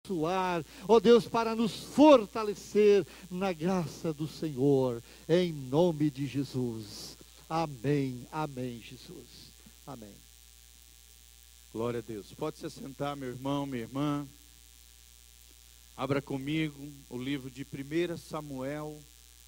ó Deus, para nos fortalecer na graça do Senhor, em nome de Jesus. Amém, amém, Jesus. Amém. Glória a Deus. Pode se sentar, meu irmão, minha irmã. Abra comigo o livro de 1 Samuel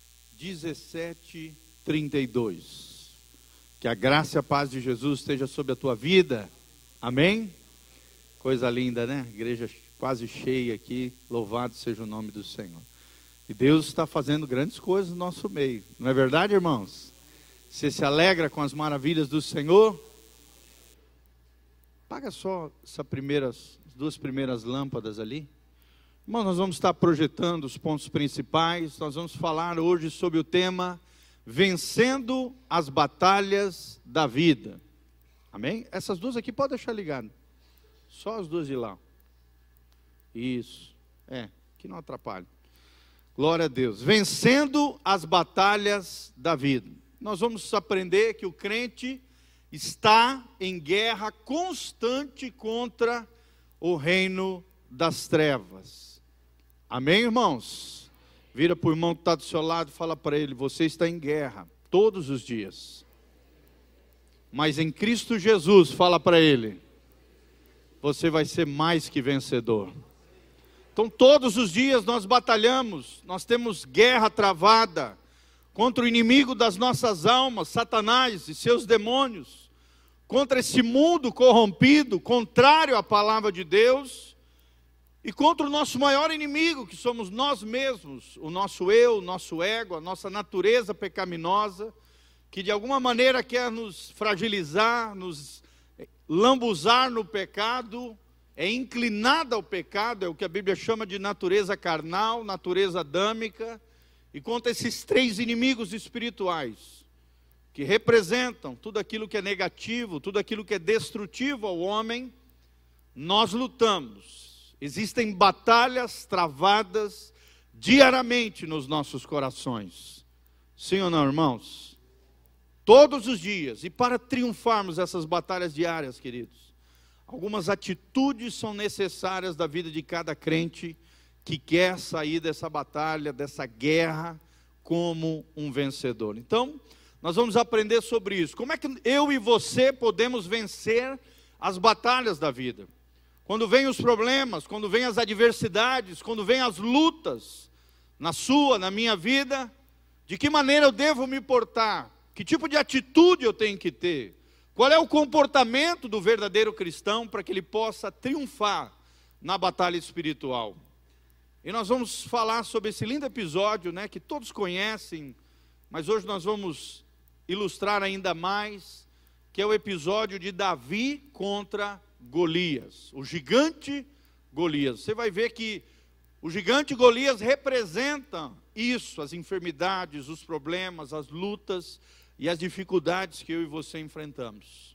17:32. Que a graça e a paz de Jesus esteja sobre a tua vida. Amém? Coisa linda, né? Igreja quase cheia aqui. Louvado seja o nome do Senhor. E Deus está fazendo grandes coisas no nosso meio. Não é verdade, irmãos? Você se alegra com as maravilhas do Senhor? Apaga só as duas primeiras lâmpadas ali. Irmão, nós vamos estar projetando os pontos principais. Nós vamos falar hoje sobre o tema Vencendo as Batalhas da Vida. Amém? Essas duas aqui pode deixar ligado. Só as duas de lá. Isso. Que não atrapalhe. Glória a Deus. Vencendo as batalhas da vida. Nós vamos aprender que o crente está em guerra constante contra o reino das trevas. Amém, irmãos? Vira para o irmão que está do seu lado e fala para ele: você está em guerra todos os dias. Mas em Cristo Jesus, fala para ele, você vai ser mais que vencedor. Então todos os dias nós batalhamos, nós temos guerra travada contra o inimigo das nossas almas, Satanás e seus demônios, contra esse mundo corrompido, contrário à palavra de Deus, e contra o nosso maior inimigo, que somos nós mesmos, o nosso eu, o nosso ego, a nossa natureza pecaminosa, que de alguma maneira quer nos fragilizar, nos lambuzar no pecado, é inclinada ao pecado, é o que a Bíblia chama de natureza carnal, natureza adâmica, e contra esses três inimigos espirituais, que representam tudo aquilo que é negativo, tudo aquilo que é destrutivo ao homem, nós lutamos. Existem batalhas travadas diariamente nos nossos corações. Sim ou não, irmãos? Todos os dias. E para triunfarmos essas batalhas diárias, queridos, algumas atitudes são necessárias da vida de cada crente que quer sair dessa batalha, dessa guerra, como um vencedor. Então, nós vamos aprender sobre isso. Como é que eu e você podemos vencer as batalhas da vida? Quando vêm os problemas, quando vêm as adversidades, quando vêm as lutas, na sua, na minha vida, de que maneira eu devo me portar? Que tipo de atitude eu tenho que ter? Qual é o comportamento do verdadeiro cristão para que ele possa triunfar na batalha espiritual? E nós vamos falar sobre esse lindo episódio, né, que todos conhecem, mas hoje nós vamos ilustrar ainda mais, que é o episódio de Davi contra Golias, o gigante Golias. Você vai ver que o gigante Golias representa isso, as enfermidades, os problemas, as lutas e as dificuldades que eu e você enfrentamos.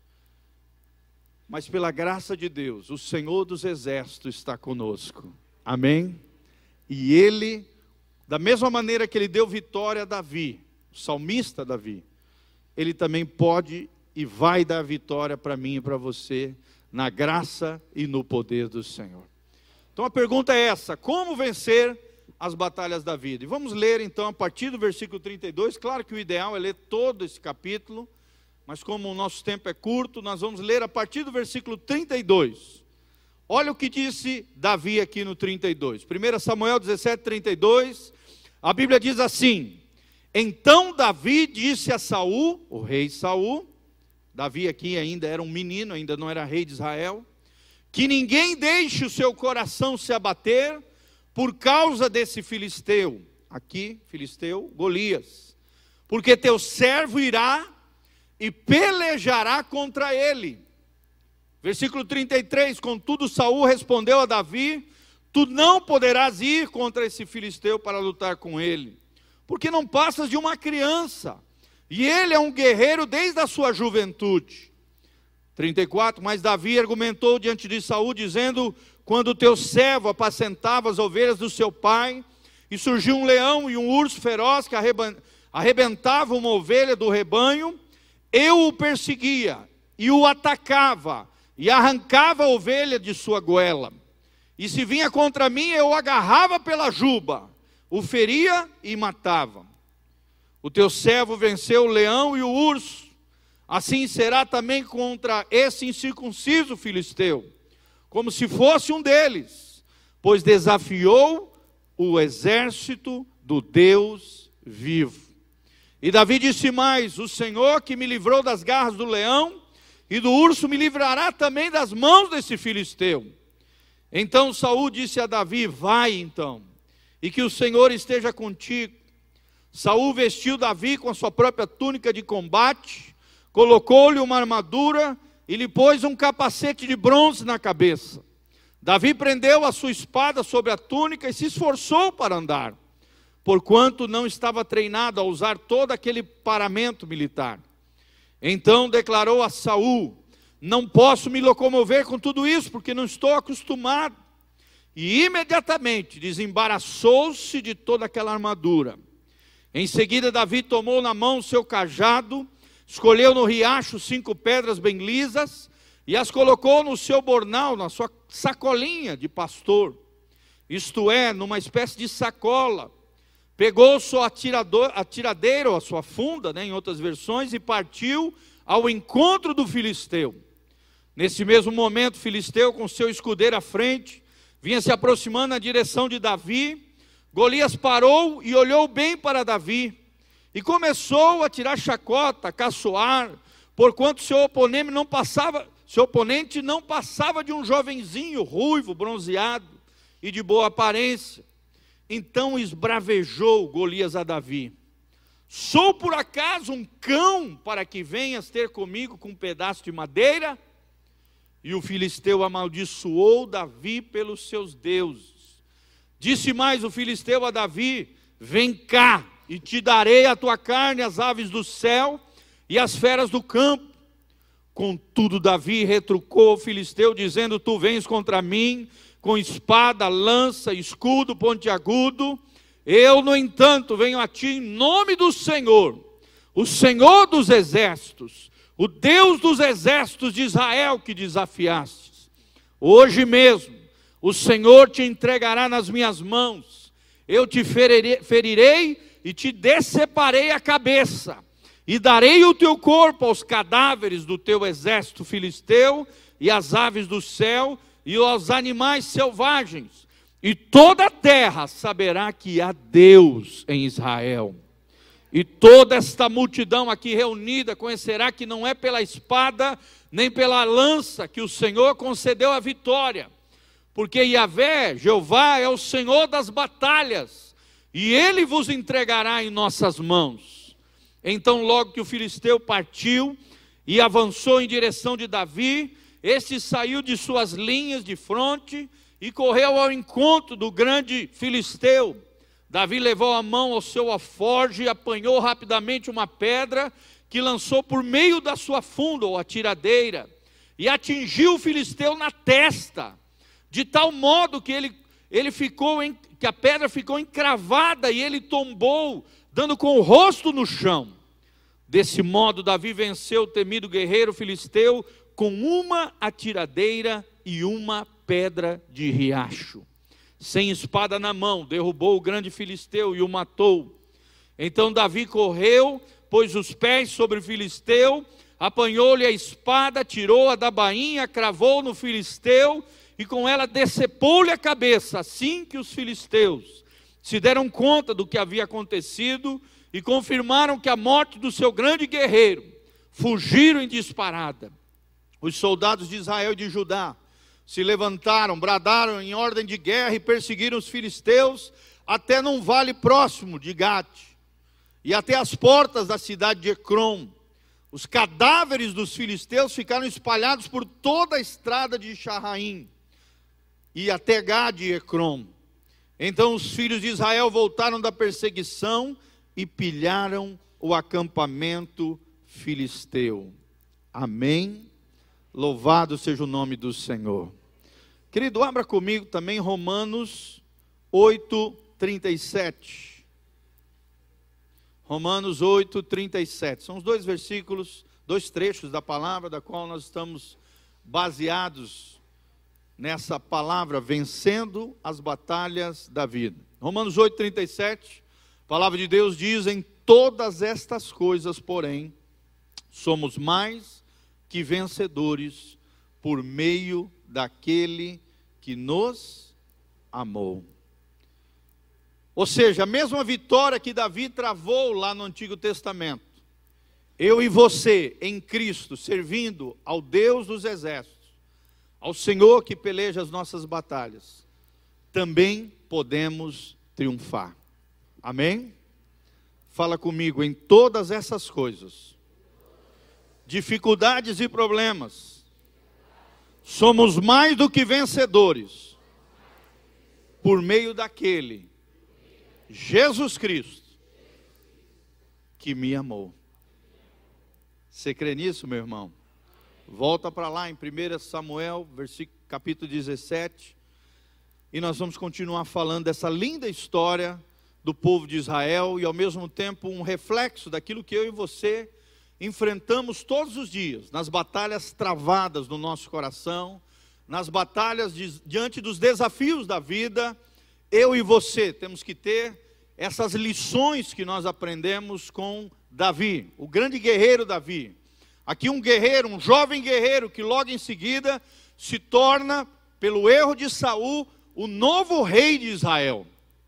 Mas pela graça de Deus, o Senhor dos Exércitos está conosco. Amém? E Ele, da mesma maneira que Ele deu vitória a Davi, o salmista Davi, Ele também pode e vai dar vitória para mim e para você, na graça e no poder do Senhor. Então a pergunta é essa: como vencer as batalhas da vida? E vamos ler então a partir do versículo 32, claro que o ideal é ler todo esse capítulo, mas como o nosso tempo é curto, nós vamos ler a partir do versículo 32. Olha o que disse Davi aqui no 32, 1 Samuel 17:32, a Bíblia diz assim: então Davi disse a Saul, o rei Saul, Davi aqui ainda era um menino, ainda não era rei de Israel, que ninguém deixe o seu coração se abater por causa desse filisteu, aqui filisteu Golias, porque teu servo irá e pelejará contra ele. Versículo 33, contudo Saul respondeu a Davi: tu não poderás ir contra esse filisteu para lutar com ele, porque não passas de uma criança, e ele é um guerreiro desde a sua juventude. 34, mas Davi argumentou diante de Saul, dizendo: quando teu servo apacentava as ovelhas do seu pai, e surgiu um leão e um urso feroz que arrebentava uma ovelha do rebanho, eu o perseguia, e o atacava, e arrancava a ovelha de sua goela. e se vinha contra mim, eu o agarrava pela juba, o feria e matava. O teu servo venceu o leão e o urso, assim será também contra esse incircunciso filisteu, como se fosse um deles, pois desafiou o exército do Deus vivo. E Davi disse mais: o Senhor que me livrou das garras do leão e do urso me livrará também das mãos desse filisteu. Então Saul disse a Davi: vai então, e que o Senhor esteja contigo. Saul vestiu Davi com a sua própria túnica de combate, colocou-lhe uma armadura e lhe pôs um capacete de bronze na cabeça. Davi prendeu a sua espada sobre a túnica e se esforçou para andar, porquanto não estava treinado a usar todo aquele paramento militar. Então declarou a Saul: não posso me locomover com tudo isso, porque não estou acostumado. E imediatamente desembaraçou-se de toda aquela armadura. Em seguida Davi tomou na mão o seu cajado, escolheu no riacho 5 pedras bem lisas, e as colocou no seu bornal, na sua sacolinha de pastor, isto é, numa espécie de sacola. Pegou sua atiradeira, ou a sua funda, em outras versões, e partiu ao encontro do filisteu. Nesse mesmo momento, o filisteu, com seu escudeiro à frente, vinha se aproximando na direção de Davi. Golias parou e olhou bem para Davi, e começou a tirar chacota, a caçoar, porquanto seu oponente não passava de um jovenzinho ruivo, bronzeado e de boa aparência. Então esbravejou Golias a Davi: sou por acaso um cão para que venhas ter comigo com um pedaço de madeira? E o filisteu amaldiçoou Davi pelos seus deuses. Disse mais o filisteu a Davi: vem cá, e te darei a tua carne, as aves do céu e as feras do campo. Contudo Davi retrucou o filisteu, dizendo: tu vens contra mim com espada, lança, escudo pontiagudo. Eu, no entanto, venho a ti em nome do Senhor, o Senhor dos exércitos, o Deus dos exércitos de Israel que desafiastes. Hoje mesmo o Senhor te entregará nas minhas mãos. Eu te ferirei e te deceparei a cabeça, e darei o teu corpo aos cadáveres do teu exército filisteu, e às aves do céu, e aos animais selvagens, e toda a terra saberá que há Deus em Israel. E toda esta multidão aqui reunida conhecerá que não é pela espada, nem pela lança que o Senhor concedeu a vitória, porque Yahvé, Jeová, é o Senhor das batalhas, e Ele vos entregará em nossas mãos. Então logo que o filisteu partiu e avançou em direção de Davi, este saiu de suas linhas de fronte e correu ao encontro do grande filisteu. Davi levou a mão ao seu alforje e apanhou rapidamente uma pedra que lançou por meio da sua funda ou atiradeira, e atingiu o filisteu na testa, de tal modo que que a pedra ficou encravada e ele tombou, dando com o rosto no chão. Desse modo Davi venceu o temido guerreiro filisteu com uma atiradeira e uma pedra de riacho. Sem espada na mão, derrubou o grande filisteu e o matou. Então Davi correu, pôs os pés sobre o filisteu, apanhou-lhe a espada, tirou-a da bainha, cravou no filisteu e com ela decepou-lhe a cabeça. Assim que os filisteus se deram conta do que havia acontecido e confirmaram que a morte do seu grande guerreiro, fugiram em disparada. Os soldados de Israel e de Judá se levantaram, bradaram em ordem de guerra e perseguiram os filisteus até num vale próximo de Gate e até as portas da cidade de Ecrom. Os cadáveres dos filisteus ficaram espalhados por toda a estrada de Shaaraim e até Gade e Ecrom. Então os filhos de Israel voltaram da perseguição e pilharam o acampamento filisteu. Amém. Louvado seja o nome do Senhor. Querido, abra comigo também Romanos 8:37. Romanos 8:37. São os dois versículos, dois trechos da palavra da qual nós estamos baseados nessa palavra, vencendo as batalhas da vida. Romanos 8:37, a palavra de Deus diz: em todas estas coisas, porém, somos mais que vencedores por meio daquele que nos amou. Ou seja, a mesma vitória que Davi travou lá no Antigo Testamento, eu e você em Cristo, servindo ao Deus dos exércitos, ao Senhor que peleja as nossas batalhas, também podemos triunfar. Amém? Fala comigo: em todas essas coisas, dificuldades e problemas, somos mais do que vencedores, por meio daquele, Jesus Cristo, que me amou. Você crê nisso, meu irmão? Volta para lá em 1 Samuel, capítulo 17, e nós vamos continuar falando dessa linda história do povo de Israel, e ao mesmo tempo um reflexo daquilo que eu e você enfrentamos todos os dias, nas batalhas travadas no nosso coração, nas batalhas diante dos desafios da vida. Eu e você temos que ter essas lições que nós aprendemos com Davi, o grande guerreiro Davi. Aqui um guerreiro, um jovem guerreiro, que logo em seguida se torna, pelo erro de Saul, o novo rei de Israel.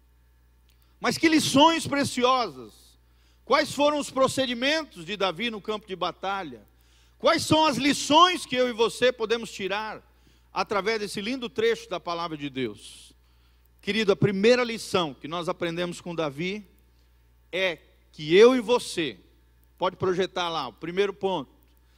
Mas que lições preciosas! Quais foram os procedimentos de Davi no campo de batalha? Quais são as lições que eu e você podemos tirar através desse lindo trecho da palavra de Deus? Querido, a primeira lição que nós aprendemos com Davi é que eu e você, pode projetar lá, o primeiro ponto: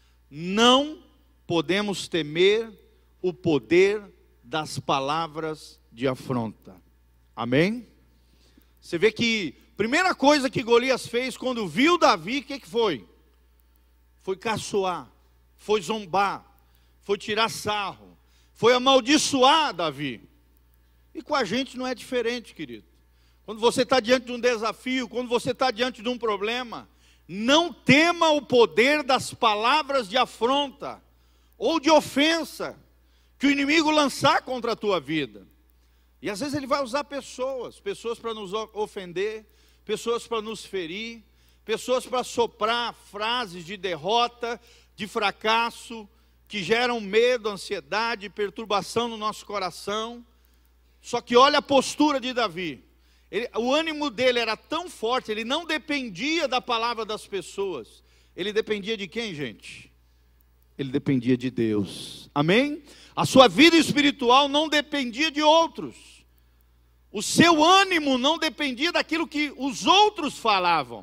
não podemos temer o poder das palavras de afronta. Amém? Você vê que a primeira coisa que Golias fez quando viu Davi, o que foi? Foi caçoar, foi zombar, foi tirar sarro, foi amaldiçoar Davi. E com a gente não é diferente, querido. Quando você está diante de um desafio, quando você está diante de um problema, não tema o poder das palavras de afronta ou de ofensa que o inimigo lançar contra a tua vida. E às vezes ele vai usar pessoas para nos ofender, pessoas para nos ferir, pessoas para soprar frases de derrota, de fracasso, que geram medo, ansiedade, perturbação no nosso coração. Só que olha a postura de Davi. O ânimo dele era tão forte, ele não dependia da palavra das pessoas. Ele dependia de quem, gente? Ele dependia de Deus. Amém? A sua vida espiritual não dependia de outros. O seu ânimo não dependia daquilo que os outros falavam.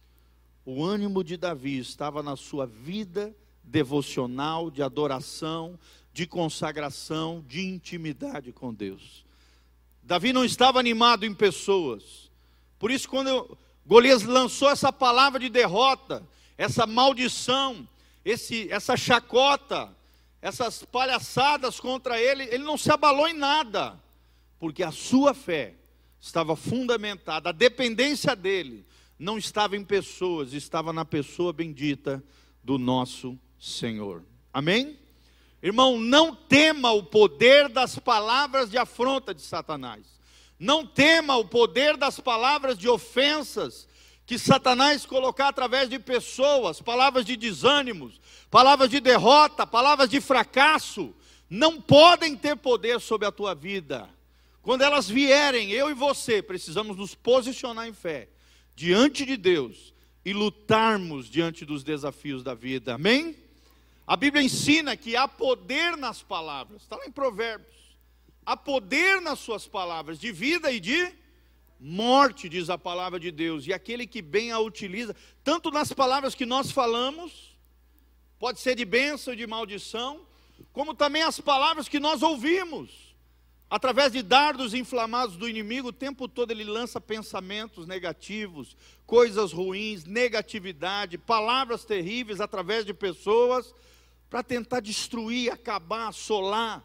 O ânimo de Davi estava na sua vida devocional, de adoração, de consagração, de intimidade com Deus. Davi não estava animado em pessoas. Por isso, quando Golias lançou essa palavra de derrota, essa maldição, essa chacota, essas palhaçadas contra ele, ele não se abalou em nada, porque a sua fé estava fundamentada, a dependência dele não estava em pessoas, estava na pessoa bendita do nosso Senhor. Amém? Irmão, não tema o poder das palavras de afronta de Satanás. Não tema o poder das palavras de ofensas que Satanás colocar através de pessoas, palavras de desânimos, palavras de derrota, palavras de fracasso, não podem ter poder sobre a tua vida. Quando elas vierem, eu e você precisamos nos posicionar em fé diante de Deus e lutarmos diante dos desafios da vida. Amém? A Bíblia ensina que há poder nas palavras, está lá em Provérbios. Há poder nas suas palavras, de vida e de morte, diz a palavra de Deus. E aquele que bem a utiliza, tanto nas palavras que nós falamos, pode ser de bênção e de maldição, como também as palavras que nós ouvimos. Através de dardos inflamados do inimigo, o tempo todo ele lança pensamentos negativos, coisas ruins, negatividade, palavras terríveis através de pessoas, para tentar destruir, acabar, assolar,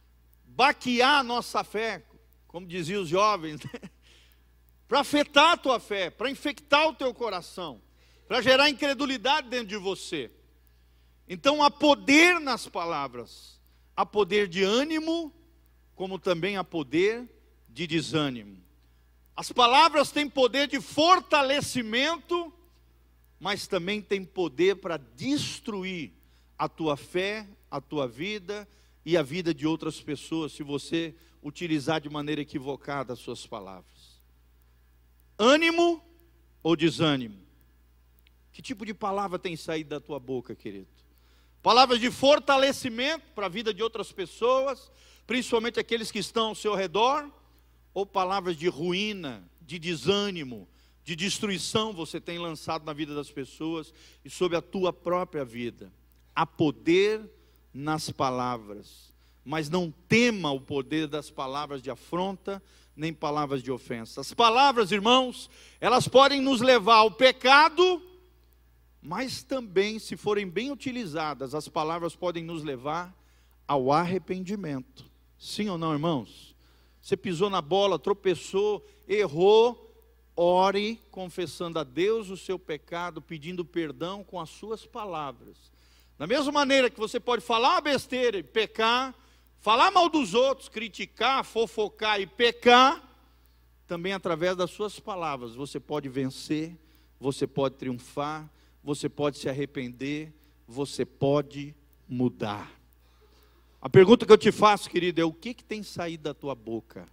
baquear a nossa fé, como diziam os jovens, né? Para afetar a tua fé, para infectar o teu coração, para gerar incredulidade dentro de você. Então há poder nas palavras, há poder de ânimo como também há poder de desânimo. As palavras têm poder de fortalecimento, mas também têm poder para destruir a tua fé, a tua vida e a vida de outras pessoas, se você utilizar de maneira equivocada as suas palavras. Ânimo ou desânimo? Que tipo de palavra tem saído da tua boca, querido? Palavras de fortalecimento para a vida de outras pessoas, principalmente aqueles que estão ao seu redor, ou palavras de ruína, de desânimo, de destruição você tem lançado na vida das pessoas e sobre a tua própria vida? Há poder nas palavras, mas não tema o poder das palavras de afronta, nem palavras de ofensa. As palavras, irmãos, elas podem nos levar ao pecado, mas também, se forem bem utilizadas, as palavras podem nos levar ao arrependimento. Sim ou não, irmãos? Você pisou na bola, tropeçou, errou, ore confessando a Deus o seu pecado, pedindo perdão com as suas palavras. Da mesma maneira que você pode falar uma besteira e pecar, falar mal dos outros, criticar, fofocar e pecar, também através das suas palavras você pode vencer, você pode triunfar, você pode se arrepender, você pode mudar. A pergunta que eu te faço, querido, é o que tem saído da tua boca?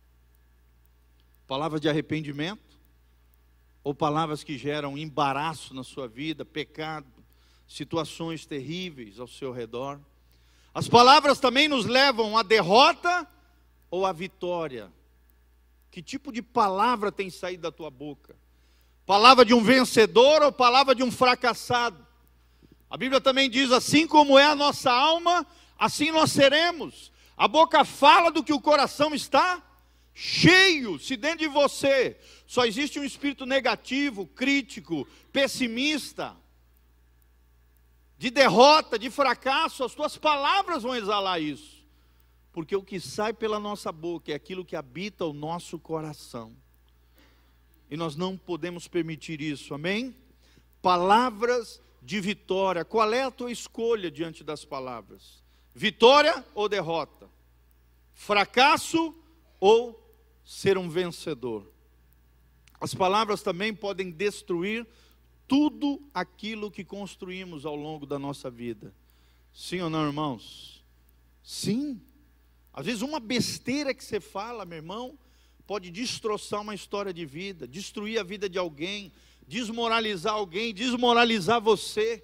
Palavras de arrependimento? Ou palavras que geram embaraço na sua vida, pecado, situações terríveis ao seu redor? As palavras também nos levam à derrota ou à vitória? Que tipo de palavra tem saído da tua boca? Palavra de um vencedor ou palavra de um fracassado? A Bíblia também diz, assim como é a nossa alma, assim nós seremos. A boca fala do que o coração está cheio. Se dentro de você só existe um espírito negativo, crítico, pessimista, de derrota, de fracasso, as tuas palavras vão exalar isso. Porque o que sai pela nossa boca é aquilo que habita o nosso coração. E nós não podemos permitir isso, amém? Palavras de vitória. Qual é a tua escolha diante das palavras? Vitória ou derrota? Fracasso ou ser um vencedor? As palavras também podem destruir tudo aquilo que construímos ao longo da nossa vida. Sim ou não, irmãos? Sim. Às vezes uma besteira que você fala, meu irmão, pode destroçar uma história de vida, destruir a vida de alguém, desmoralizar alguém, desmoralizar você.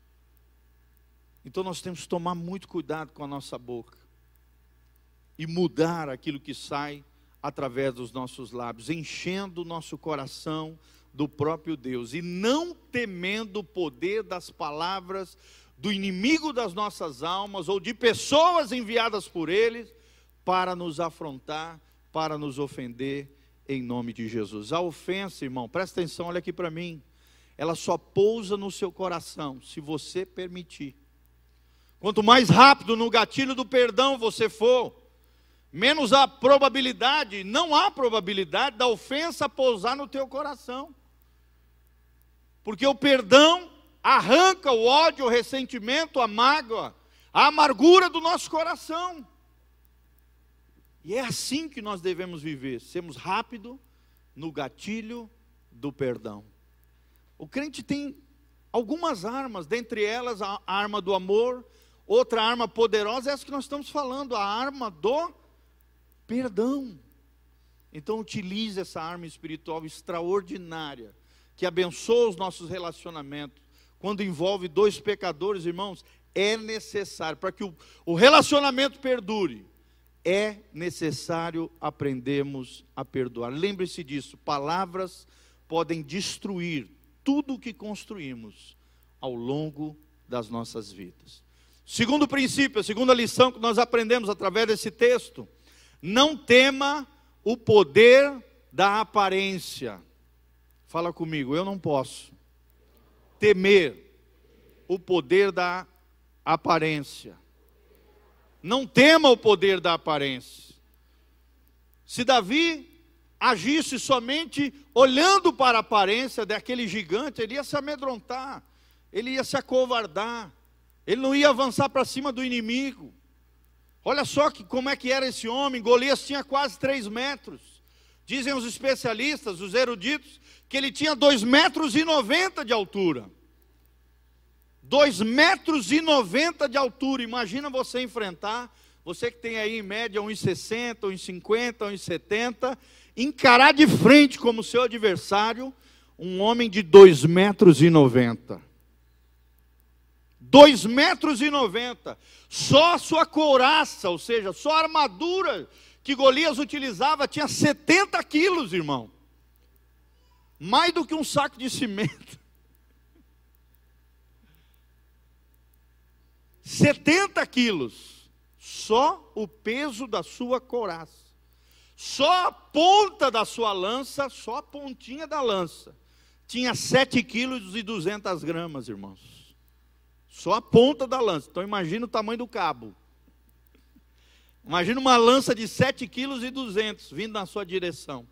Então nós temos que tomar muito cuidado com a nossa boca e mudar aquilo que sai através dos nossos lábios, enchendo o nosso coração do próprio Deus e não temendo o poder das palavras do inimigo das nossas almas ou de pessoas enviadas por eles para nos afrontar, para nos ofender, em nome de Jesus. A ofensa, irmão, presta atenção, olha aqui para mim, ela só pousa no seu coração se você permitir. Quanto mais rápido no gatilho do perdão você for, menos a probabilidade, não há probabilidade da ofensa pousar no teu coração. Porque o perdão arranca o ódio, o ressentimento, a mágoa, a amargura do nosso coração. E é assim que nós devemos viver, sermos rápidos no gatilho do perdão. O crente tem algumas armas, dentre elas a arma do amor, outra arma poderosa é essa que nós estamos falando, a arma do perdão. Então utilize essa arma espiritual extraordinária, que abençoa os nossos relacionamentos. Quando envolve dois pecadores, irmãos, é necessário, para que o relacionamento perdure, é necessário aprendermos a perdoar. Lembre-se disso, palavras podem destruir tudo o que construímos ao longo das nossas vidas. Segundo princípio, a segunda lição que nós aprendemos através desse texto: não tema o poder da aparência. Fala comigo, eu não posso temer o poder da aparência. Não tema o poder da aparência. Se Davi agisse somente olhando para a aparência daquele gigante, ele ia se amedrontar, ele ia se acovardar, ele não ia avançar para cima do inimigo. Olha só como é que era esse homem. Golias tinha quase 3 metros. Dizem os especialistas, os eruditos, que ele tinha 2,90 metros de altura. 2,90 metros de altura. Imagina você enfrentar, você que tem aí em média 1,60, 1,50, 1,70, encarar de frente como seu adversário um homem de 2,90 metros. 2,90 metros. Só a sua couraça, ou seja, só a armadura que Golias utilizava tinha 70 quilos, irmão. Mais do que um saco de cimento. 70 quilos. Só o peso da sua couraça. Só a ponta da sua lança, só a pontinha da lança, tinha 7 quilos e 200 gramas, irmãos. Só a ponta da lança. Então imagina o tamanho do cabo. Imagina uma lança de 7 quilos e 200 vindo na sua direção.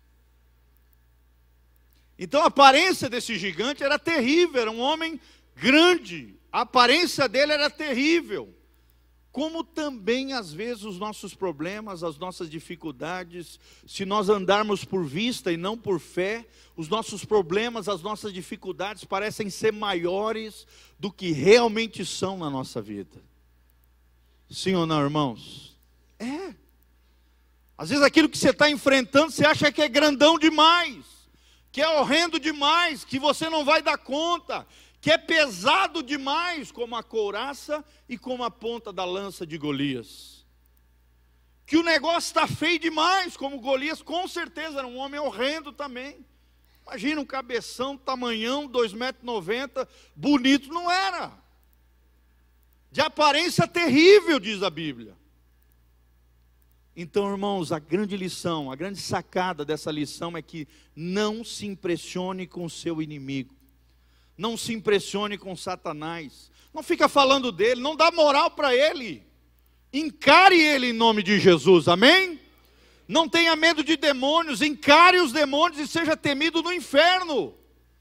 Então a aparência desse gigante era terrível. Era um homem grande. A aparência dele era terrível. Como também às vezes os nossos problemas, as nossas dificuldades, se nós andarmos por vista e não por fé, os nossos problemas, as nossas dificuldades parecem ser maiores do que realmente são na nossa vida. Sim ou não, irmãos? É. Às vezes aquilo que você está enfrentando, você acha que é grandão demais, que é horrendo demais, que você não vai dar conta, que é pesado demais, como a couraça e como a ponta da lança de Golias. Que o negócio está feio demais, como Golias, com certeza era um homem horrendo também. Imagina um cabeção, tamanhão, 2,90 metros, bonito, não era. De aparência terrível, diz a Bíblia. Então, irmãos, a grande lição, a grande sacada dessa lição é que não se impressione com o seu inimigo. Não se impressione com Satanás. Não fica falando dele, não dá moral para ele. Encare ele em nome de Jesus, amém? Não tenha medo de demônios, encare os demônios e seja temido no inferno.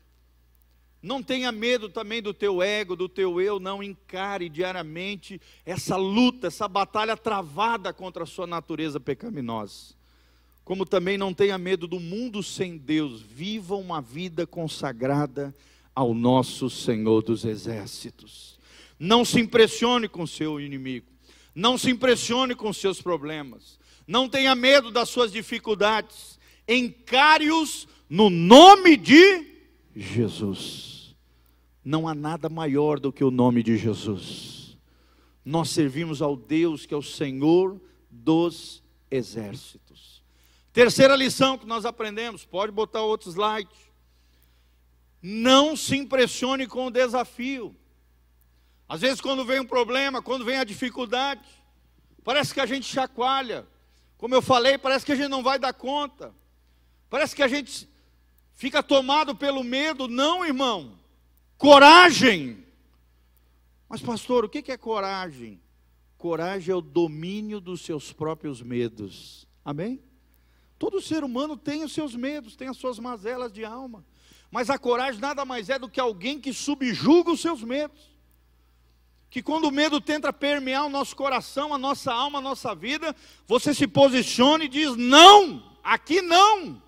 Não tenha medo também do teu ego, do teu eu, não. Encare diariamente essa luta, essa batalha travada contra a sua natureza pecaminosa. Como também não tenha medo do mundo sem Deus. Viva uma vida consagrada ao nosso Senhor dos Exércitos. Não se impressione com o seu inimigo. Não se impressione com os seus problemas. Não tenha medo das suas dificuldades. Encare-os no nome de Jesus. Não há nada maior do que o nome de Jesus. Nós servimos ao Deus que é o Senhor dos Exércitos. Terceira lição que nós aprendemos, pode botar outro slide. Não se impressione com o desafio. Às vezes quando vem um problema, quando vem a dificuldade, parece que a gente chacoalha. Como eu falei, parece que a gente não vai dar conta. Parece que a gente fica tomado pelo medo. Não, irmão. Coragem. Mas pastor, o que é coragem? Coragem é o domínio dos seus próprios medos. Amém? Todo ser humano tem os seus medos, tem as suas mazelas de alma. Mas a coragem nada mais é do que alguém que subjuga os seus medos. Que quando o medo tenta permear o nosso coração, a nossa alma, a nossa vida, você se posiciona e diz: não, aqui não.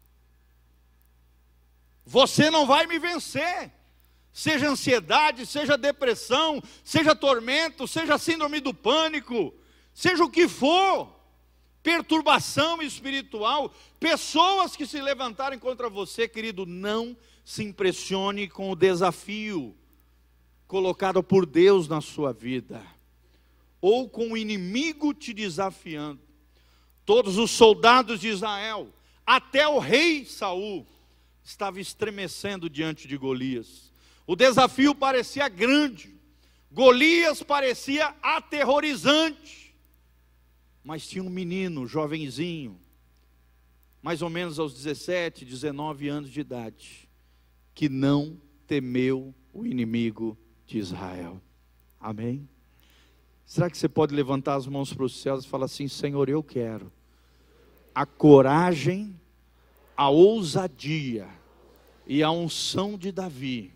Você não vai me vencer. Seja ansiedade, seja depressão, seja tormento, seja síndrome do pânico, seja o que for, perturbação espiritual, pessoas que se levantarem contra você, querido, não se impressione com o desafio colocado por Deus na sua vida, ou com o inimigo te desafiando. Todos os soldados de Israel, até o rei Saul, estava estremecendo diante de Golias. O desafio parecia grande, Golias parecia aterrorizante, mas tinha um menino, jovenzinho, mais ou menos aos 17, 19 anos de idade, que não temeu o inimigo de Israel. Amém? Será que você pode levantar as mãos para os céus e falar assim: Senhor, eu quero a coragem, a ousadia e a unção de Davi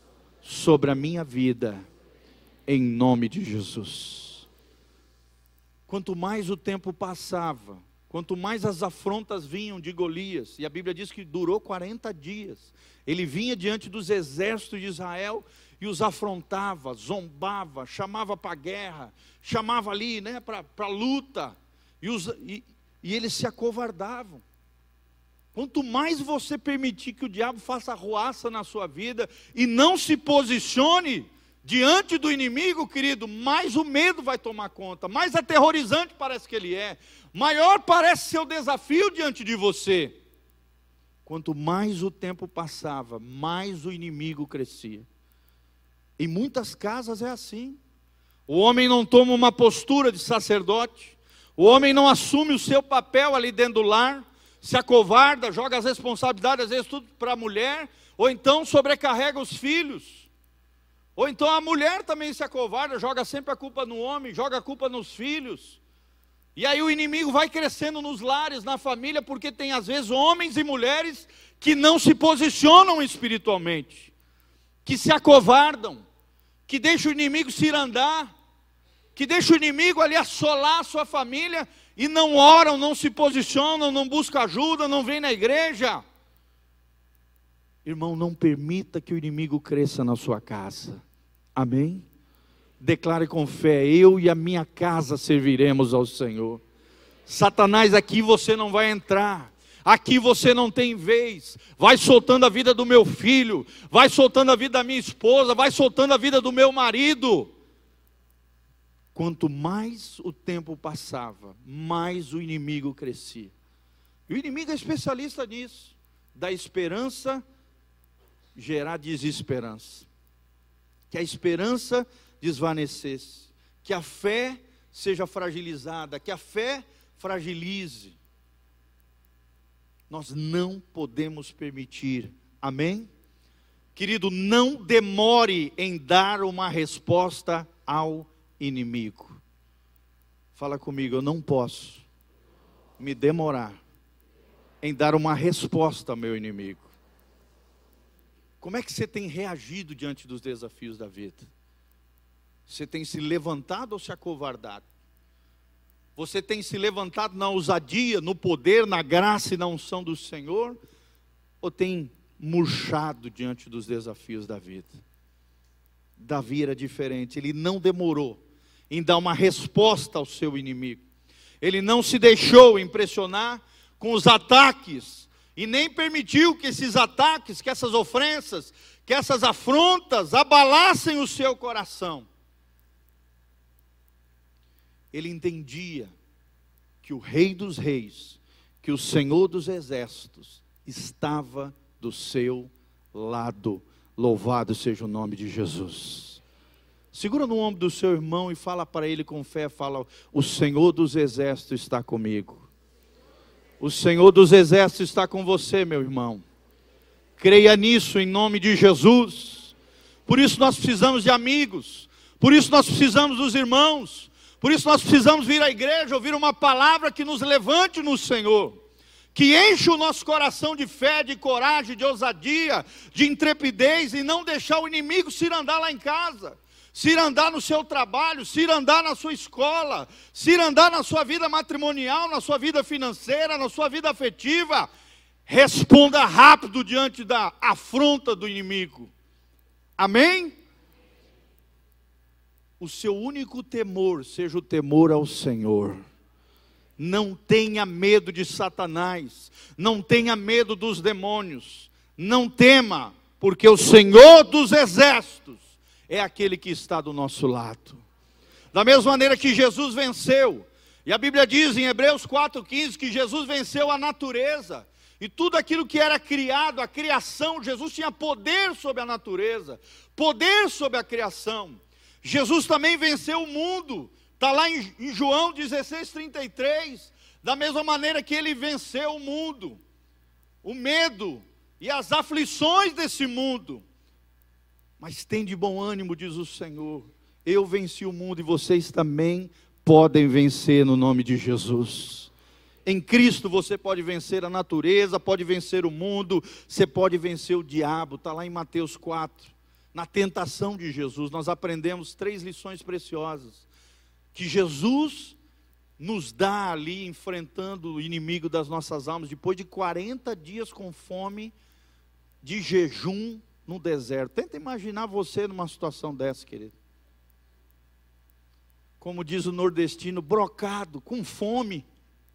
sobre a minha vida, em nome de Jesus. quanto mais o tempo passava, quanto mais as afrontas vinham de Golias, e a Bíblia diz que durou 40 dias, ele vinha diante dos exércitos de Israel e os afrontava, zombava, chamava para a guerra, chamava ali, né, para a luta, e eles se acovardavam. Quanto mais você permitir que o diabo faça arruaça na sua vida e não se posicione diante do inimigo, querido, mais o medo vai tomar conta, mais aterrorizante parece que ele é, maior parece ser o desafio diante de você. Quanto mais o tempo passava, mais o inimigo crescia. Em muitas casas é assim. O homem não toma uma postura de sacerdote, o homem não assume o seu papel ali dentro do lar, se acovarda, joga as responsabilidades, às vezes tudo para a mulher, ou então sobrecarrega os filhos. Ou então a mulher também se acovarda, joga sempre a culpa no homem, joga a culpa nos filhos. E aí o inimigo vai crescendo nos lares, na família, porque tem às vezes homens e mulheres que não se posicionam espiritualmente, que se acovardam, que deixam o inimigo cirandar, que deixam o inimigo ali assolar a sua família, e não oram, não se posicionam, não buscam ajuda, não vêm na igreja. Irmão, não permita que o inimigo cresça na sua casa. Amém? Declare com fé: eu e a minha casa serviremos ao Senhor. Satanás, aqui você não vai entrar, aqui você não tem vez. Vai soltando a vida do meu filho, vai soltando a vida da minha esposa, vai soltando a vida do meu marido. Quanto mais o tempo passava, mais o inimigo crescia. E o inimigo é especialista nisso, da esperança gerar desesperança, que a esperança desvanecesse, que a fé seja fragilizada, que a fé fragilize. Nós não podemos permitir, amém? Querido, não demore em dar uma resposta ao inimigo. Fala comigo: eu não posso me demorar em dar uma resposta ao meu inimigo. Como é que você tem reagido diante dos desafios da vida? Você tem se levantado ou se acovardado? Você tem se levantado na ousadia, no poder, na graça e na unção do Senhor? Ou tem murchado diante dos desafios da vida? Davi era diferente, ele não demorou em dar uma resposta ao seu inimigo. Ele não se deixou impressionar com os ataques, e nem permitiu que esses ataques, que essas ofensas, que essas afrontas abalassem o seu coração. Ele entendia que o Rei dos Reis, que o Senhor dos Exércitos estava do seu lado. Louvado seja o nome de Jesus. Segura no ombro do seu irmão e fala para ele com fé, fala: o Senhor dos Exércitos está comigo. O Senhor dos Exércitos está com você, meu irmão. Creia nisso em nome de Jesus. Por isso nós precisamos de amigos, por isso nós precisamos dos irmãos, por isso nós precisamos vir à igreja, ouvir uma palavra que nos levante no Senhor, que enche o nosso coração de fé, de coragem, de ousadia, de intrepidez, e não deixar o inimigo cirandar lá em casa, cirandar no seu trabalho, cirandar na sua escola, cirandar na sua vida matrimonial, na sua vida financeira, na sua vida afetiva. Responda rápido diante da afronta do inimigo. Amém? O seu único temor seja o temor ao Senhor. Não tenha medo de Satanás, não tenha medo dos demônios, não tema, porque o Senhor dos Exércitos é aquele que está do nosso lado. Da mesma maneira que Jesus venceu, e a Bíblia diz em Hebreus 4,15 que Jesus venceu a natureza, e tudo aquilo que era criado, a criação, Jesus tinha poder sobre a natureza, poder sobre a criação. Jesus também venceu o mundo, está lá em João 16,33, da mesma maneira que ele venceu o mundo, o medo e as aflições desse mundo. Mas tem de bom ânimo, diz o Senhor, eu venci o mundo e vocês também podem vencer no nome de Jesus. Em Cristo você pode vencer a natureza, pode vencer o mundo, você pode vencer o diabo. Está lá em Mateus 4, na tentação de Jesus, nós aprendemos 3 lições preciosas. Que Jesus nos dá ali, enfrentando o inimigo das nossas almas, depois de 40 dias com fome, de jejum no deserto. Tenta imaginar você numa situação dessa, querido. Como diz o nordestino, brocado, com fome,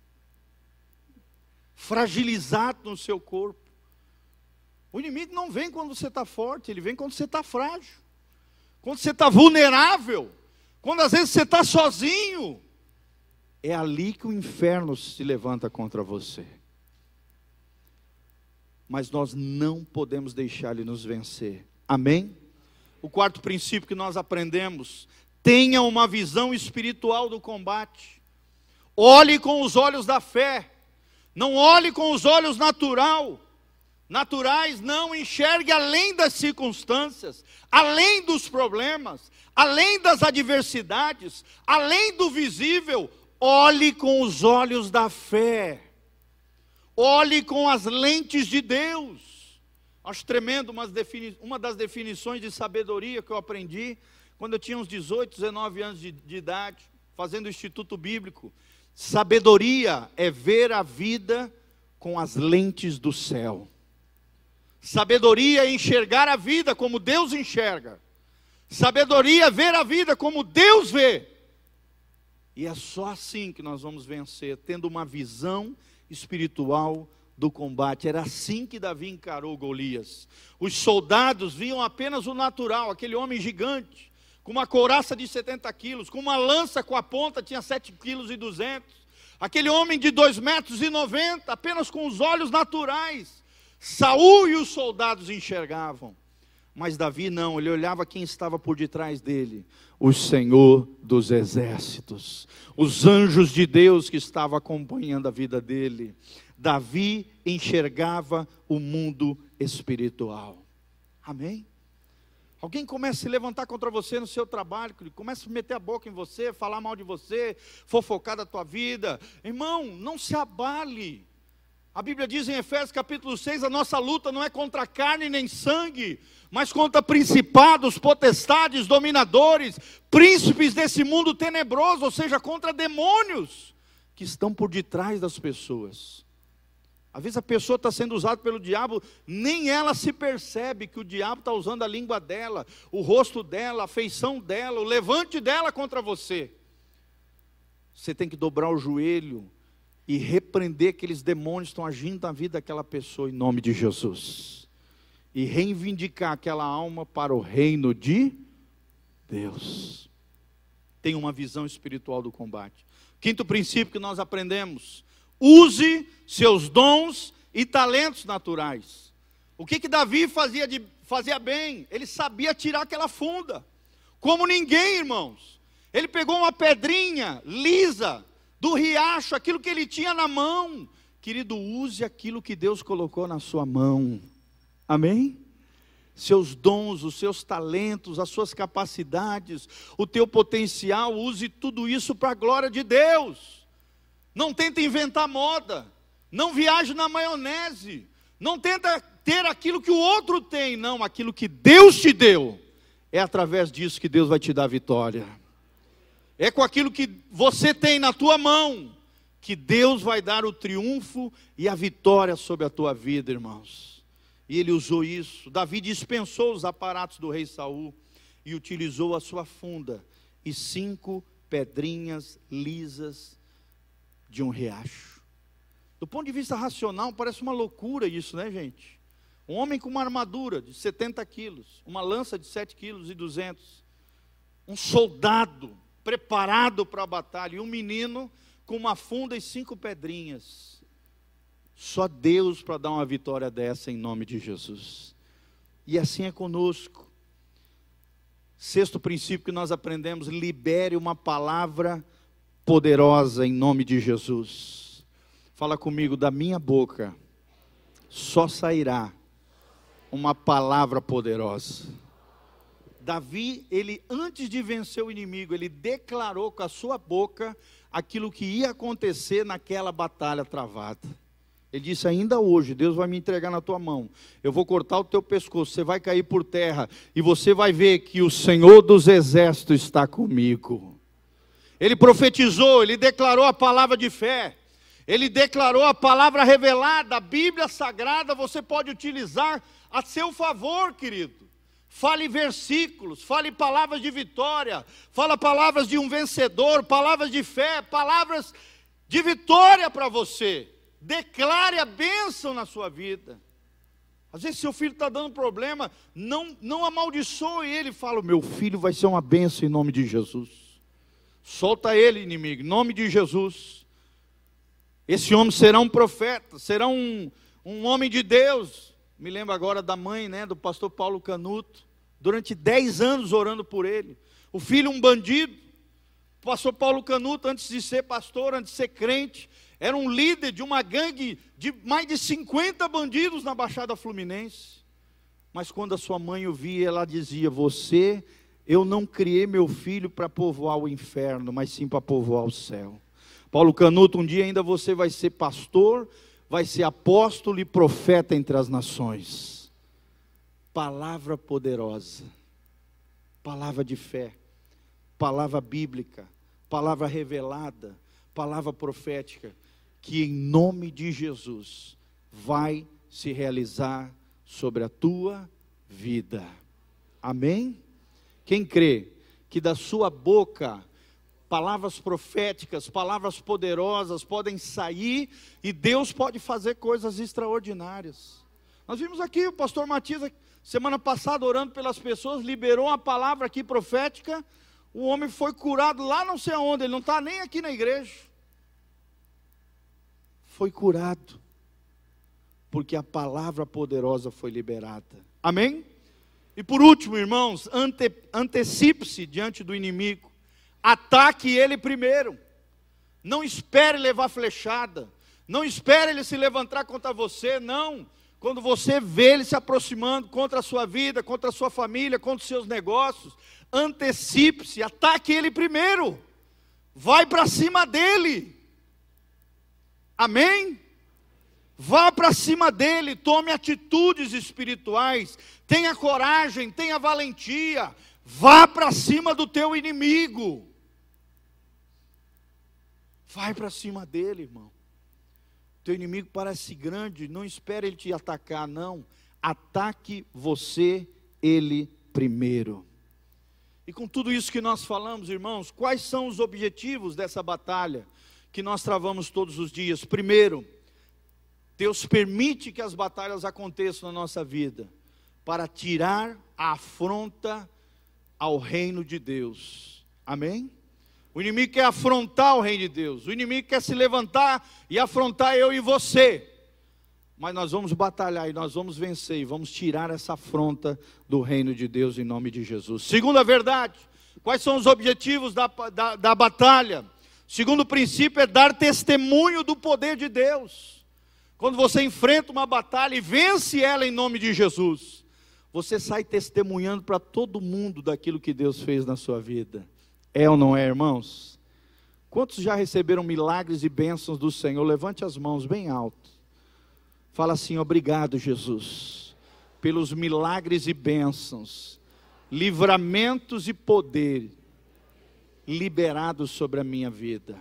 fragilizado no seu corpo. O inimigo não vem quando você está forte, ele vem quando você está frágil, quando você está vulnerável, quando às vezes você está sozinho. É ali que o inferno se levanta contra você. Mas nós não podemos deixar ele nos vencer. Amém? O quarto princípio que nós aprendemos: tenha uma visão espiritual do combate. Olhe com os olhos da fé. Não olhe com os olhos naturais, não. Enxergue além das circunstâncias, além dos problemas, além das adversidades, além do visível. Olhe com os olhos da fé. Olhe com as lentes de Deus. Acho tremendo uma das definições de sabedoria que eu aprendi quando eu tinha uns 18, 19 anos de idade, fazendo o Instituto Bíblico. Sabedoria é ver a vida com as lentes do céu. Sabedoria é enxergar a vida como Deus enxerga. Sabedoria é ver a vida como Deus vê. E é só assim que nós vamos vencer, tendo uma visão espiritual do combate. Era assim que Davi encarou Golias. Os soldados viam apenas o natural, aquele homem gigante, com uma couraça de 70 quilos, com uma lança com a ponta, tinha 7,2 kg. Aquele homem de 2,90 m, apenas com os olhos naturais. Saul e os soldados enxergavam. Mas Davi não, ele olhava quem estava por detrás dele: o Senhor dos exércitos, os anjos de Deus que estavam acompanhando a vida dele. Davi enxergava o mundo espiritual. Amém? Alguém começa a se levantar contra você no seu trabalho, começa a meter a boca em você, falar mal de você, fofocar da tua vida. Irmão, não se abale. A Bíblia diz em Efésios capítulo 6, a nossa luta não é contra carne nem sangue, mas contra principados, potestades, dominadores, príncipes desse mundo tenebroso, ou seja, contra demônios que estão por detrás das pessoas. Às vezes a pessoa está sendo usada pelo diabo, nem ela se percebe que o diabo está usando a língua dela, o rosto dela, a feição dela, o levante dela contra você. Você tem que dobrar o joelho e repreender aqueles demônios que estão agindo na vida daquela pessoa em nome de Jesus. E reivindicar aquela alma para o reino de Deus. Tem uma visão espiritual do combate. Quinto princípio que nós aprendemos: use seus dons e talentos naturais. O que Davi fazia bem? Ele sabia tirar aquela funda, como ninguém, irmãos. Ele pegou uma pedrinha lisa do riacho, aquilo que ele tinha na mão. Querido, use aquilo que Deus colocou na sua mão. Amém? Seus dons, os seus talentos, as suas capacidades, o teu potencial, use tudo isso para a glória de Deus. Não tenta inventar moda, não viaje na maionese, não tenta ter aquilo que o outro tem, não, aquilo que Deus te deu. É através disso que Deus vai te dar vitória. É com aquilo que você tem na tua mão que Deus vai dar o triunfo e a vitória sobre a tua vida, irmãos. E ele usou isso. Davi dispensou os aparatos do rei Saul e utilizou a sua funda e 5 pedrinhas lisas de um riacho. Do ponto de vista racional, parece uma loucura isso, né, gente? Um homem com uma armadura de 70 quilos, uma lança de 7,2 kg, um soldado preparado para a batalha, e um menino com uma funda e 5 pedrinhas. Só Deus para dar uma vitória dessa em nome de Jesus. E assim é conosco. Sexto princípio que nós aprendemos: libere uma palavra poderosa em nome de Jesus. Fala comigo: da minha boca só sairá uma palavra poderosa. Davi, ele antes de vencer o inimigo, ele declarou com a sua boca aquilo que ia acontecer naquela batalha travada. Ele disse: ainda hoje Deus vai me entregar na tua mão, eu vou cortar o teu pescoço, você vai cair por terra, e você vai ver que o Senhor dos exércitos está comigo. ele profetizou, ele declarou a palavra de fé, ele declarou a palavra revelada. A Bíblia Sagrada você pode utilizar a seu favor, querido. Fale versículos, fale palavras de vitória, fala palavras de um vencedor, palavras de fé, palavras de vitória para você. Declare a bênção na sua vida. Às vezes seu filho está dando problema, não amaldiçoe ele, fala: meu filho vai ser uma bênção em nome de Jesus. Solta ele, inimigo, em nome de Jesus. Esse homem será um profeta, será um homem de Deus. Me lembro agora da mãe, do pastor Paulo Canuto, durante 10 anos orando por ele. O filho, um bandido. O pastor Paulo Canuto, antes de ser pastor, antes de ser crente, era um líder de uma gangue de mais de 50 bandidos na Baixada Fluminense. Mas quando a sua mãe o via, ela dizia: eu não criei meu filho para povoar o inferno, mas sim para povoar o céu. Paulo Canuto, um dia ainda você vai ser pastor, vai ser apóstolo e profeta entre as nações. Palavra poderosa, palavra de fé, palavra bíblica, palavra revelada, palavra profética, que em nome de Jesus vai se realizar sobre a tua vida. Amém? Quem crê que da sua boca palavras proféticas, palavras poderosas podem sair e Deus pode fazer coisas extraordinárias. Nós vimos aqui o pastor Matias, semana passada, orando pelas pessoas, liberou uma palavra aqui profética. O homem foi curado lá não sei aonde, ele não está nem aqui na igreja. Foi curado, porque a palavra poderosa foi liberada. Amém? E por último, irmãos, antecipe-se diante do inimigo. Ataque ele primeiro. Não espere levar flechada. Não espere ele se levantar contra você, não. Quando você vê ele se aproximando contra a sua vida, contra a sua família, contra os seus negócios, antecipe-se, ataque ele primeiro. Vai para cima dele. Amém? Vá para cima dele, tome atitudes espirituais, tenha coragem, tenha valentia, vá para cima do teu inimigo. Vai para cima dele, irmão. Teu inimigo parece grande, não espere ele te atacar, não. Ataque ele primeiro. E com tudo isso que nós falamos, irmãos, quais são os objetivos dessa batalha que nós travamos todos os dias? Primeiro, Deus permite que as batalhas aconteçam na nossa vida, para tirar a afronta ao reino de Deus. Amém? O inimigo quer afrontar o reino de Deus, o inimigo quer se levantar e afrontar eu e você, mas nós vamos batalhar e nós vamos vencer, e vamos tirar essa afronta do reino de Deus em nome de Jesus. Segunda verdade, quais são os objetivos da batalha? Segundo princípio é dar testemunho do poder de Deus. Quando você enfrenta uma batalha e vence ela em nome de Jesus, você sai testemunhando para todo mundo daquilo que Deus fez na sua vida. É ou não é, irmãos? Quantos já receberam milagres e bênçãos do Senhor? Levante as mãos bem alto. Fala assim: obrigado, Jesus, pelos milagres e bênçãos, livramentos e poder liberados sobre a minha vida.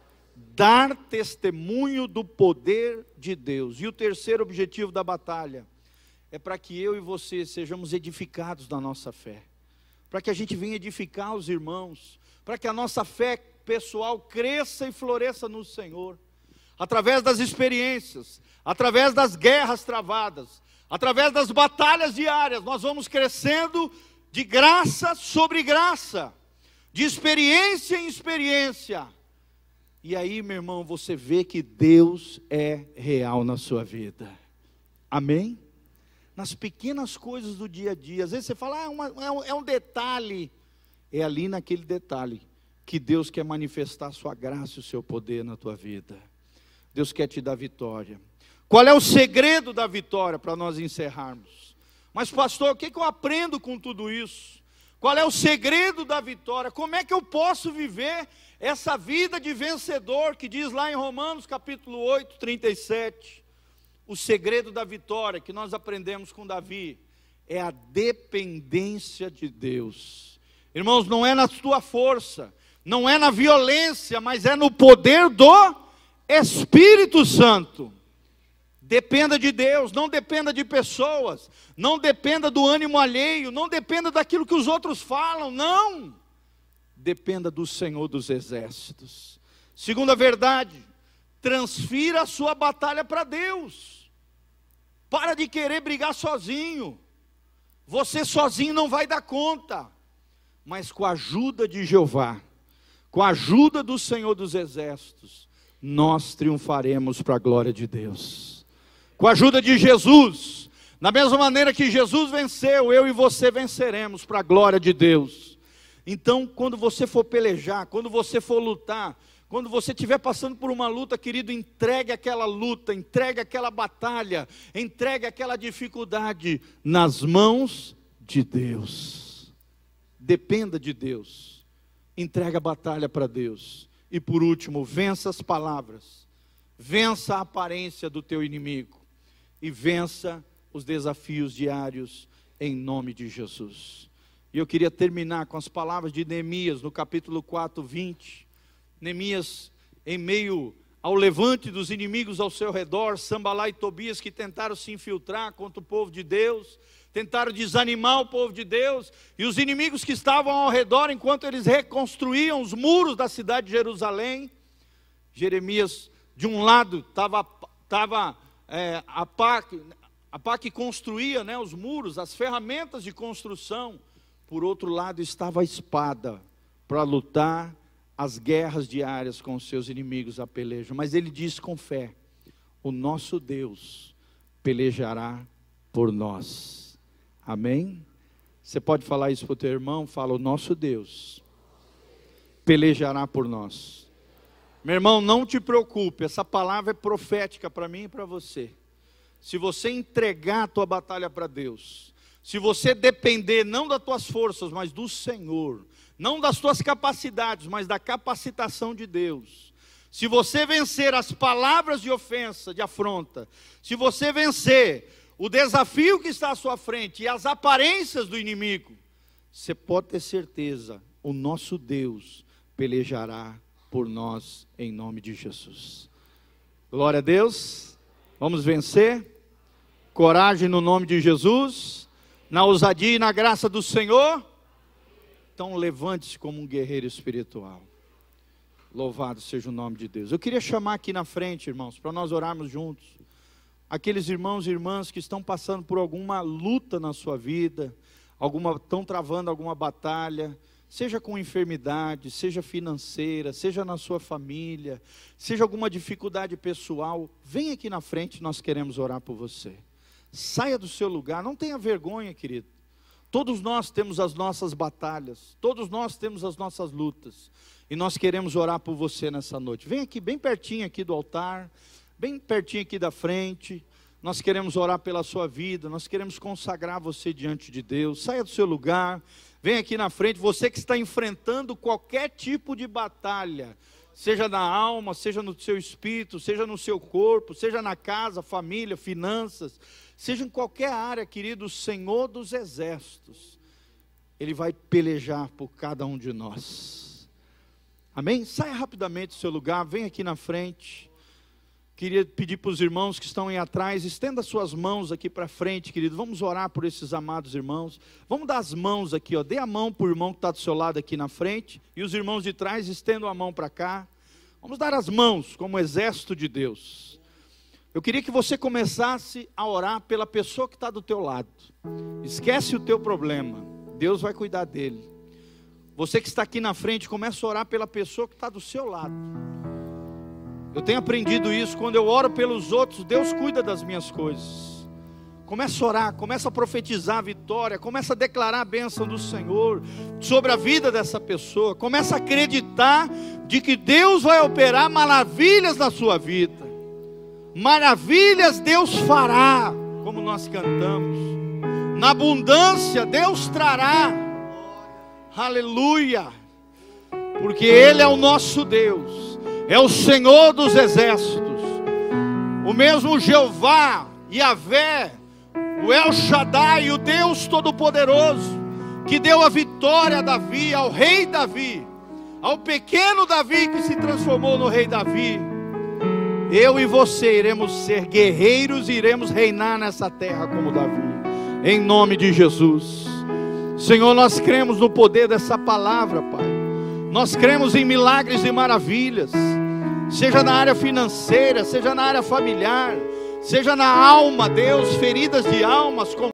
Dar testemunho do poder de Deus. E o terceiro objetivo da batalha é para que eu e você sejamos edificados na nossa fé, para que a gente venha edificar os irmãos, para que a nossa fé pessoal cresça e floresça no Senhor, através das experiências, através das guerras travadas, através das batalhas diárias. Nós vamos crescendo de graça sobre graça, de experiência em experiência. E aí, meu irmão, você vê que Deus é real na sua vida. Amém? Nas pequenas coisas do dia a dia. Às vezes você fala: é um detalhe. É ali naquele detalhe que Deus quer manifestar a sua graça e o seu poder na tua vida. Deus quer te dar vitória. Qual é o segredo da vitória, para nós encerrarmos? Mas pastor, o que eu aprendo com tudo isso? Qual é o segredo da vitória? Como é que eu posso viver essa vida de vencedor, que diz lá em Romanos capítulo 8, 37, o segredo da vitória que nós aprendemos com Davi, é a dependência de Deus. Irmãos, não é na tua força, não é na violência, mas é no poder do Espírito Santo. Dependa de Deus, não dependa de pessoas, não dependa do ânimo alheio, não dependa daquilo que os outros falam, não. Dependa do Senhor dos Exércitos. Segunda verdade, transfira a sua batalha para Deus. Para de querer brigar sozinho. Você sozinho não vai dar conta. Mas com a ajuda de Jeová, com a ajuda do Senhor dos Exércitos, nós triunfaremos para a glória de Deus. Com a ajuda de Jesus, da mesma maneira que Jesus venceu, eu e você venceremos para a glória de Deus. Então, quando você for pelejar, quando você for lutar, quando você estiver passando por uma luta, querido, entregue aquela luta, entregue aquela batalha, entregue aquela dificuldade nas mãos de Deus. Dependa de Deus. Entregue a batalha para Deus. E por último, vença as palavras. Vença a aparência do teu inimigo. E vença os desafios diários em nome de Jesus. E eu queria terminar com as palavras de Neemias, no capítulo 4, 20. Neemias, em meio ao levante dos inimigos ao seu redor, Sambalá e Tobias, que tentaram se infiltrar contra o povo de Deus, tentaram desanimar o povo de Deus, e os inimigos que estavam ao redor, enquanto eles reconstruíam os muros da cidade de Jerusalém, Jeremias, de um lado, estava a pá que construía, né, os muros, as ferramentas de construção, por outro lado estava a espada, para lutar as guerras diárias com os seus inimigos a peleja. Mas ele diz com fé: o nosso Deus pelejará por nós. Amém? Você pode falar isso para o teu irmão? Fala: o nosso Deus pelejará por nós. Meu irmão, não te preocupe, essa palavra é profética para mim e para você. Se você entregar a tua batalha para Deus, se você depender não das tuas forças, mas do Senhor, não das tuas capacidades, mas da capacitação de Deus, se você vencer as palavras de ofensa, de afronta, se você vencer o desafio que está à sua frente e as aparências do inimigo, você pode ter certeza, o nosso Deus pelejará por nós em nome de Jesus. Glória a Deus. Vamos vencer. Coragem no nome de Jesus, na ousadia e na graça do Senhor. Então levante-se como um guerreiro espiritual. Louvado seja o nome de Deus. Eu queria chamar aqui na frente, irmãos, para nós orarmos juntos, aqueles irmãos e irmãs que estão passando por alguma luta na sua vida, estão travando alguma batalha, seja com enfermidade, seja financeira, seja na sua família, seja alguma dificuldade pessoal. Vem aqui na frente, nós queremos orar por você. Saia do seu lugar, não tenha vergonha, querido. Todos nós temos as nossas batalhas, todos nós temos as nossas lutas, e nós queremos orar por você nessa noite. Vem aqui, bem pertinho aqui do altar, bem pertinho aqui da frente. Nós queremos orar pela sua vida, nós queremos consagrar você diante de Deus. Saia do seu lugar, vem aqui na frente, você que está enfrentando qualquer tipo de batalha, seja na alma, seja no seu espírito, seja no seu corpo, seja na casa, família, finanças, seja em qualquer área, querido, o Senhor dos Exércitos, Ele vai pelejar por cada um de nós. Amém? Saia rapidamente do seu lugar, vem aqui na frente. Queria pedir para os irmãos que estão aí atrás, estenda suas mãos aqui para frente, querido. Vamos orar por esses amados irmãos. Vamos dar as mãos aqui, ó. Dê a mão para o irmão que está do seu lado aqui na frente, e os irmãos de trás estendam a mão para cá. Vamos dar as mãos como exército de Deus. Eu queria que você começasse a orar pela pessoa que está do teu lado. Esquece o teu problema, Deus vai cuidar dele. Você que está aqui na frente, começa a orar pela pessoa que está do seu lado. Eu tenho aprendido isso, quando eu oro pelos outros, Deus cuida das minhas coisas. Começa a orar, começa a profetizar a vitória, começa a declarar a bênção do Senhor sobre a vida dessa pessoa. Começa a acreditar de que Deus vai operar maravilhas na sua vida. Maravilhas Deus fará, como nós cantamos. Na abundância Deus trará. Aleluia. Porque Ele é o nosso Deus, é o Senhor dos Exércitos, o mesmo Jeová, Yahvé, o El Shaddai, o Deus Todo-Poderoso, que deu a vitória a Davi, ao rei Davi, ao pequeno Davi que se transformou no rei Davi, eu e você iremos ser guerreiros e iremos reinar nessa terra como Davi, em nome de Jesus. Senhor, nós cremos no poder dessa palavra, Pai. Nós cremos em milagres e maravilhas, seja na área financeira, seja na área familiar, seja na alma, Deus, feridas de almas,